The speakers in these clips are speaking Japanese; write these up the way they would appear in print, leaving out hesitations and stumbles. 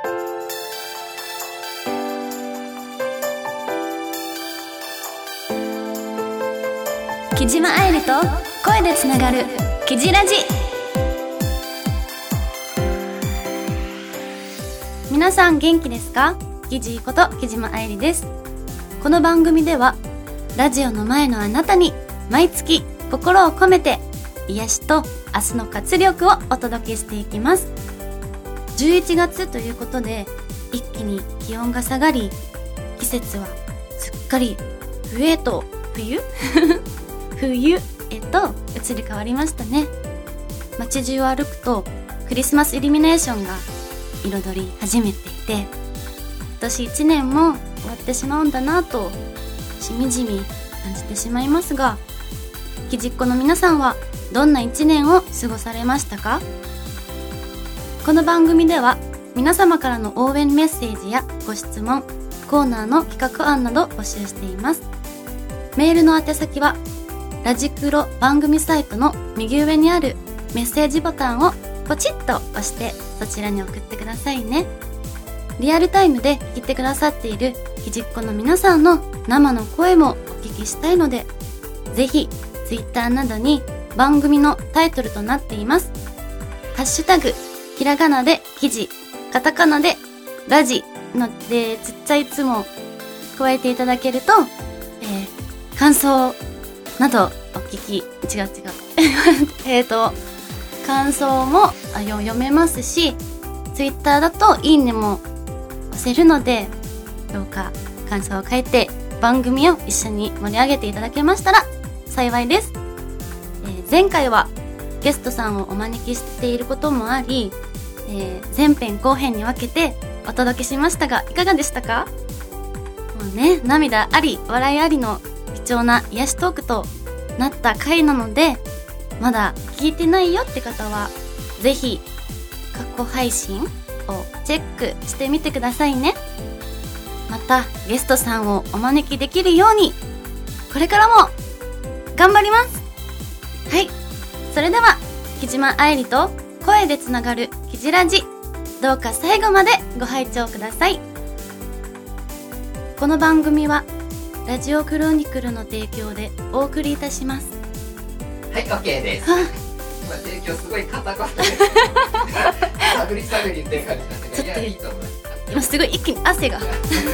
木島愛理と声でつながるキジラジ。皆さん元気ですか？キジこと木島愛理です。この番組ではラジオの前のあなたに毎月心を込めて癒しと明日の活力をお届けしていきます。11月ということで一気に気温が下がり、季節はすっかり冬へと移り変わりましたね。街中を歩くとクリスマスイルミネーションが彩り始めていて、今年1年も終わってしまうんだなとしみじみ感じてしまいますが、キジっ子の皆さんはどんな1年を過ごされましたか？この番組では皆様からの応援メッセージやご質問、コーナーの企画案など募集しています。メールの宛先はラジクロ番組サイトの右上にあるメッセージボタンをポチッと押してそちらに送ってくださいね。リアルタイムで聞いてくださっているキジっ子の皆さんの生の声もお聞きしたいので、ぜひツイッターなどに番組のタイトルとなっていますハッシュタグひらがなでキジ、カタカナでラジのでちっちゃいつも加えていただけると、感想などお聞き感想も読めますし、ツイッターだといいねも押せるので、どうか感想を書いて番組を一緒に盛り上げていただけましたら幸いです。前回はゲストさんをお招きしていることもあり、前編後編に分けてお届けしましたが、いかがでしたか？もうね、涙あり笑いありの貴重な癒しトークとなった回なので、まだ聞いてないよって方はぜひ過去配信をチェックしてみてくださいね。またゲストさんをお招きできるようにこれからも頑張ります。はい、それでは木島愛理と声でつながるキジラジ、どうか最後までご拝聴ください。この番組はラジオクロニクルの提供でお送りいたします。 はい、OK です。今提供すごい硬かったです探り探りって感じなんで、いや、いいと思います。 今すごい一気に汗が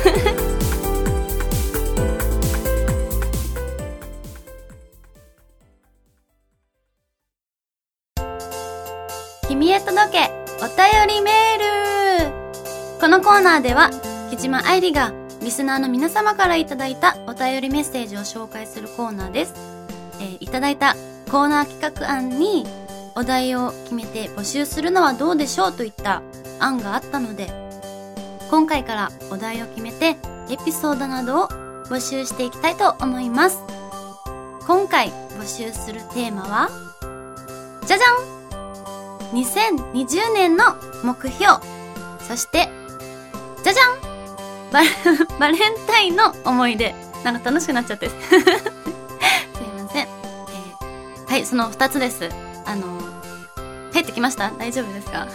君へ届けお便りメール。このコーナーでは木島愛理がリスナーの皆様からいただいたお便りメッセージを紹介するコーナーです。いただいたコーナー企画案にお題を決めて募集するのはどうでしょうといった案があったので、今回からお題を決めてエピソードなどを募集していきたいと思います。今回募集するテーマはじゃじゃん、2020年の目標、そしてじゃじゃん、バレンタインの思い出。なんか楽しくなっちゃってすいません。はい、その2つです。入ってきました？大丈夫ですか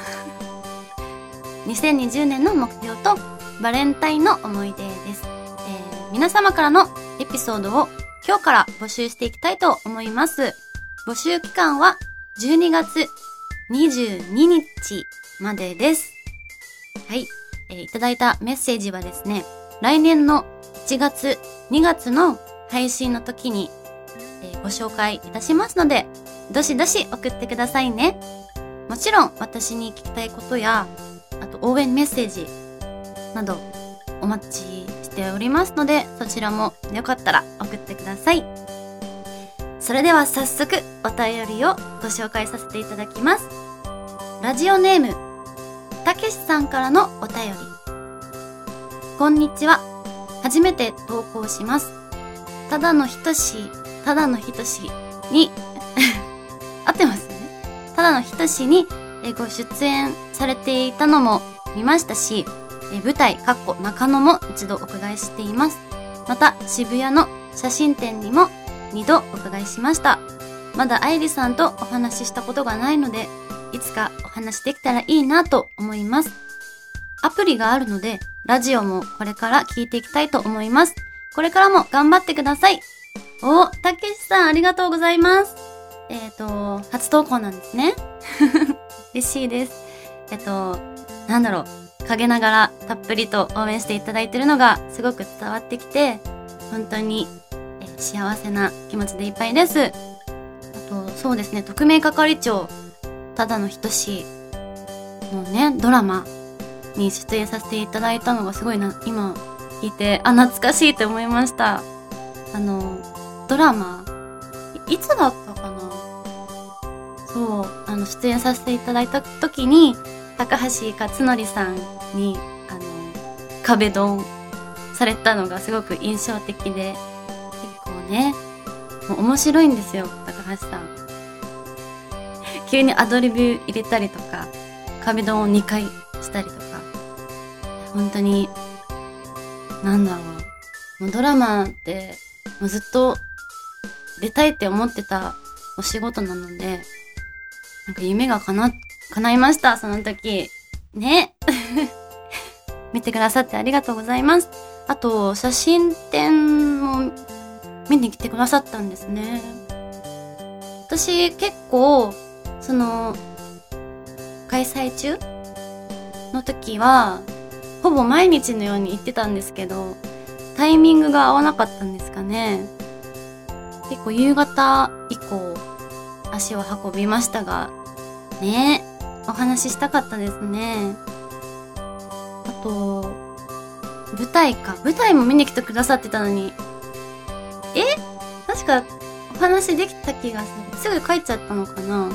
2020年の目標とバレンタインの思い出です。皆様からのエピソードを今日から募集していきたいと思います。募集期間は12月22日までです。はい、いただいたメッセージはですね、来年の1月2月の配信の時に、ご紹介いたしますので、どしどし送ってくださいね。もちろん私に聞きたいことや、あと応援メッセージなどお待ちしておりますので、そちらもよかったら送ってください。それでは早速お便りをご紹介させていただきます。ラジオネームたけしさんからのお便り。こんにちは。初めて投稿します。ただのひとしに合ってますよね。ただのひとしにご出演されていたのも見ましたし、舞台中野も一度お伺いしています。また渋谷の写真展にも2度お伺いしました。まだ愛理さんとお話ししたことがないので、いつかお話できたらいいなと思います。 アプリがあるので、ラジオもこれから聞いていきたいと思います。これからも頑張ってください。たけしさんありがとうございます。初投稿なんですね。嬉しいです。陰ながらたっぷりと応援していただいてるのがすごく伝わってきて、本当に、幸せな気持ちでいっぱいです。そうですね、特命係長、ただのひとしのね、ドラマに出演させていただいたのがすごい今聞いて、懐かしいと思いました。ドラマ、いつだったかな？そう、出演させていただいた時に、高橋克典さんに、壁ドンされたのがすごく印象的で、結構ね、もう面白いんですよ、高橋さん。急にアドリブ入れたりとか、壁ドンを2回したりとか、本当に、もうドラマって、もうずっと出たいって思ってたお仕事なので、なんか夢が叶いました、その時。ね。見てくださってありがとうございます。あと、写真展も見に来てくださったんですね。私結構、開催中の時は、ほぼ毎日のように行ってたんですけど、タイミングが合わなかったんですかね。結構夕方以降、足を運びましたが、ね、お話ししたかったですね。あと、舞台も見に来てくださってたのに、確かお話できた気がする。すぐ帰っちゃったのかな。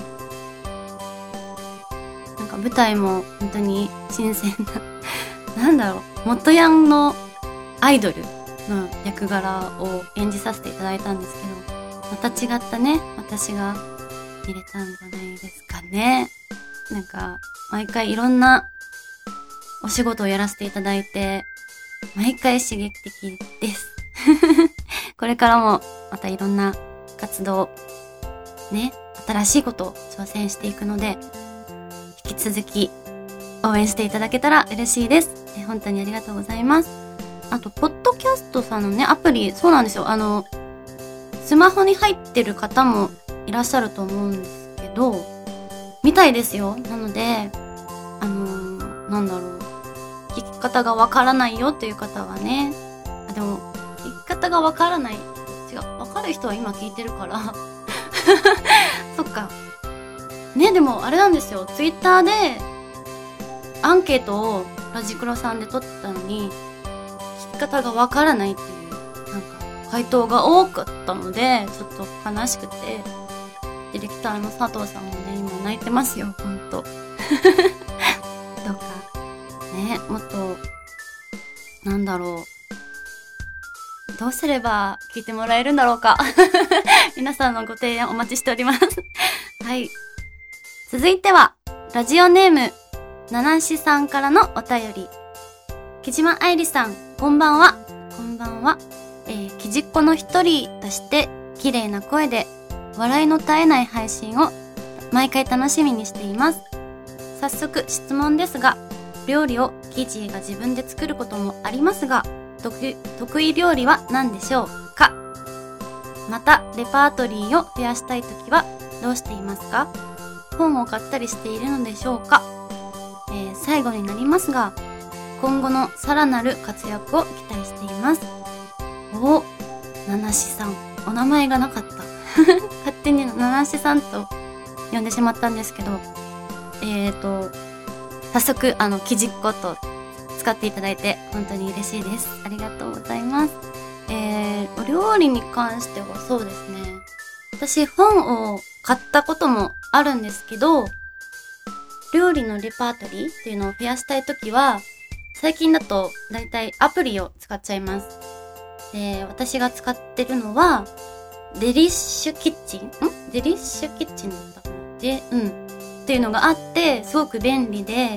なんか舞台も本当に新鮮な、元ヤンのアイドルの役柄を演じさせていただいたんですけど、また違ったね、私が見れたんじゃないですかね。なんか、毎回いろんなお仕事をやらせていただいて、毎回刺激的です。これからもまたいろんな活動、ね、新しいことを挑戦していくので、引き続き応援していただけたら嬉しいです。本当にありがとうございます。あと、ポッドキャストさんのね、アプリ、そうなんですよ。スマホに入ってる方もいらっしゃると思うんですけど、みたいですよ。なので、聞き方がわからないよっていう方はね、でも、聞き方がわからない、わかる人は今聞いてるから、そっか。ね、でもあれなんですよ。ツイッターで、アンケートをラジクロさんで取ってたのに、聞き方がわからないっていう、回答が多かったので、ちょっと悲しくて、ディレクターの佐藤さんもね、今泣いてますよ、ほんと。どうか、ね、もっと、どうすれば聞いてもらえるんだろうか。皆さんのご提案お待ちしております。はい。続いては、ラジオネーム、ななしさんからのお便り。木島愛理さん、こんばんは。こんばんは。きじっこの一人として、綺麗な声で、笑いの絶えない配信を毎回楽しみにしています。早速質問ですが、料理をキジが自分で作ることもありますが、得意料理は何でしょうか？また、レパートリーを増やしたいときはどうしていますか？本を買ったりしているのでしょうか？最後になりますが、今後のさらなる活躍を期待しています。ななしさん、お名前がなかった。勝手にななしさんと呼んでしまったんですけど、早速、きじっこと使っていただいて本当に嬉しいです。ありがとうございます。お料理に関してはそうですね。私本を買ったこともあるんですけど、料理のレパートリーっていうのを増やしたいときは、最近だとだいたいアプリを使っちゃいます。で、私が使ってるのは、デリッシュキッチンだったかなっていうのがあって、すごく便利で、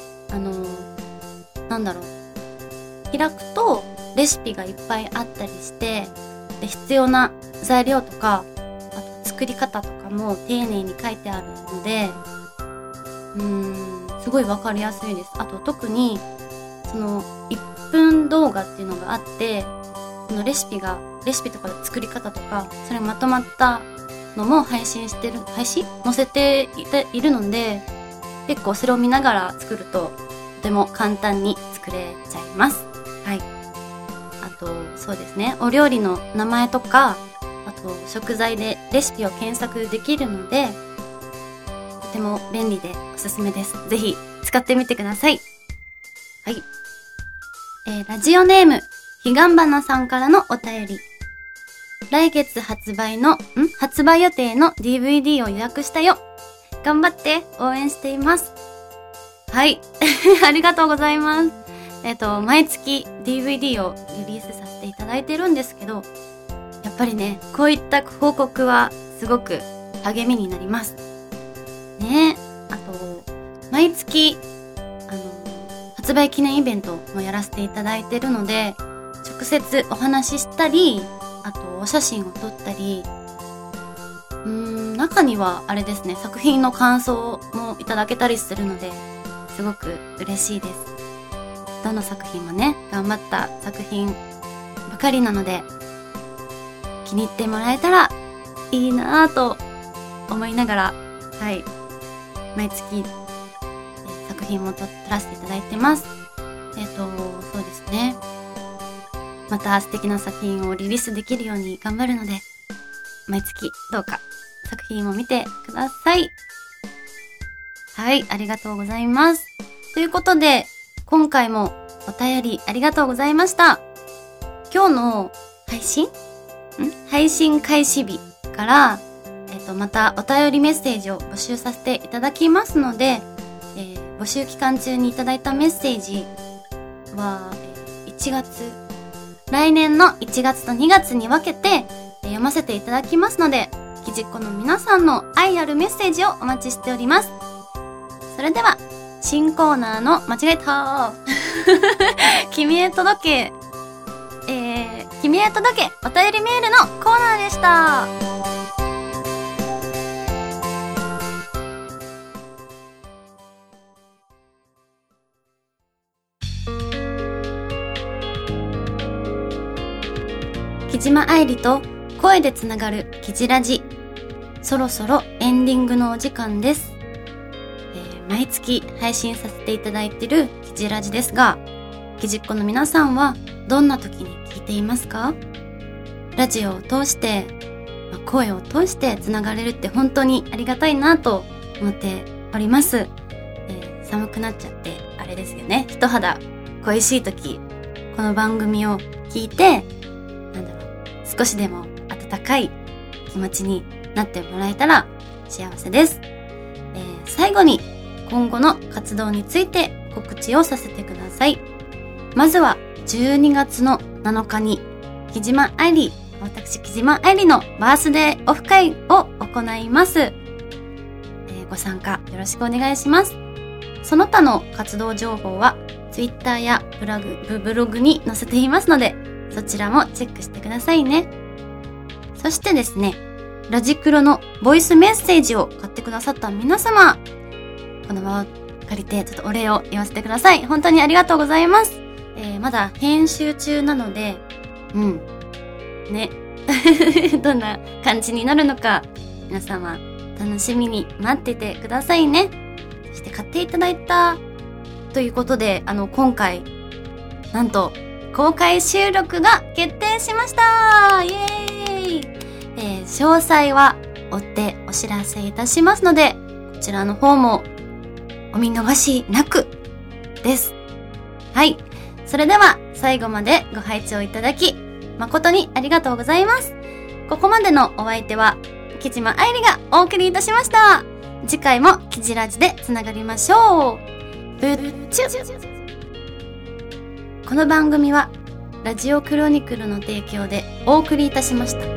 開くとレシピがいっぱいあったりして、で、必要な材料とか、あと作り方とかも丁寧に書いてあるので、 すごいわかりやすいです。あと特にその1分動画っていうのがあって、そのレシピとか作り方とか、それまとまったのも載せているので、結構それを見ながら作るととても簡単に作れちゃいます。はい。あとそうですね、お料理の名前とか、あと食材でレシピを検索できるので、とても便利でおすすめです。ぜひ使ってみてください。はい。ラジオネームひがんばなさんからのお便り。来月発売予定の DVD を予約したよ。頑張って応援しています。はい。ありがとうございます。毎月 DVD をリリースさせていただいてるんですけど、やっぱりね、こういった報告はすごく励みになります。ね。あと、毎月、発売記念イベントもやらせていただいてるので、直接お話ししたり、あとお写真を撮ったり、中にはあれですね、作品の感想もいただけたりするので、すごく嬉しいです。どの作品もね、頑張った作品ばかりなので、気に入ってもらえたらいいなぁと思いながら、はい、毎月作品も撮らせていただいてます。そうですね。また素敵な作品をリリースできるように頑張るので、毎月どうか作品を見てください。はい、ありがとうございます。ということで、今回もお便りありがとうございました。今日の配信開始日から、またお便りメッセージを募集させていただきますので、募集期間中にいただいたメッセージは、来年の1月と2月に分けて、読ませていただきますので、きじっこの皆さんの愛あるメッセージをお待ちしております。それでは、新コーナーの間違えた君へ届けお便りメールのコーナーでした。木島愛理と声でつながるキジラジ。そろそろエンディングのお時間です。毎月配信させていただいているキジラジですが、キジっ子の皆さんはどんな時に聞いていますか？ラジオを通して、声を通してつながれるって本当にありがたいなと思っております。寒くなっちゃってあれですよね。一肌恋しい時、この番組を聞いて、少しでも温かい気持ちになってもらえたら幸せです。最後に今後の活動について告知をさせてください。まずは12月の7日に私木島愛理のバースデーオフ会を行います。ご参加よろしくお願いします。その他の活動情報は Twitter やブログに載せていますので、そちらもチェックしてくださいね。そしてですね、ラジクロのボイスメッセージを買ってくださった皆様、この場を借りてちょっとお礼を言わせてください。本当にありがとうございます。まだ編集中なので、ね。どんな感じになるのか、皆様楽しみに待っててくださいね。そして買っていただいたということで、今回、なんと、公開収録が決定しました。イエーイ。詳細は追ってお知らせいたしますので、こちらの方もお見逃しなくです。はい。それでは最後までご拝聴いただき誠にありがとうございます。ここまでのお相手は木島愛理がお送りいたしました。次回もキジラジでつながりましょう。ぶっちゅ。この番組はラジオクロニクルの提供でお送りいたしました。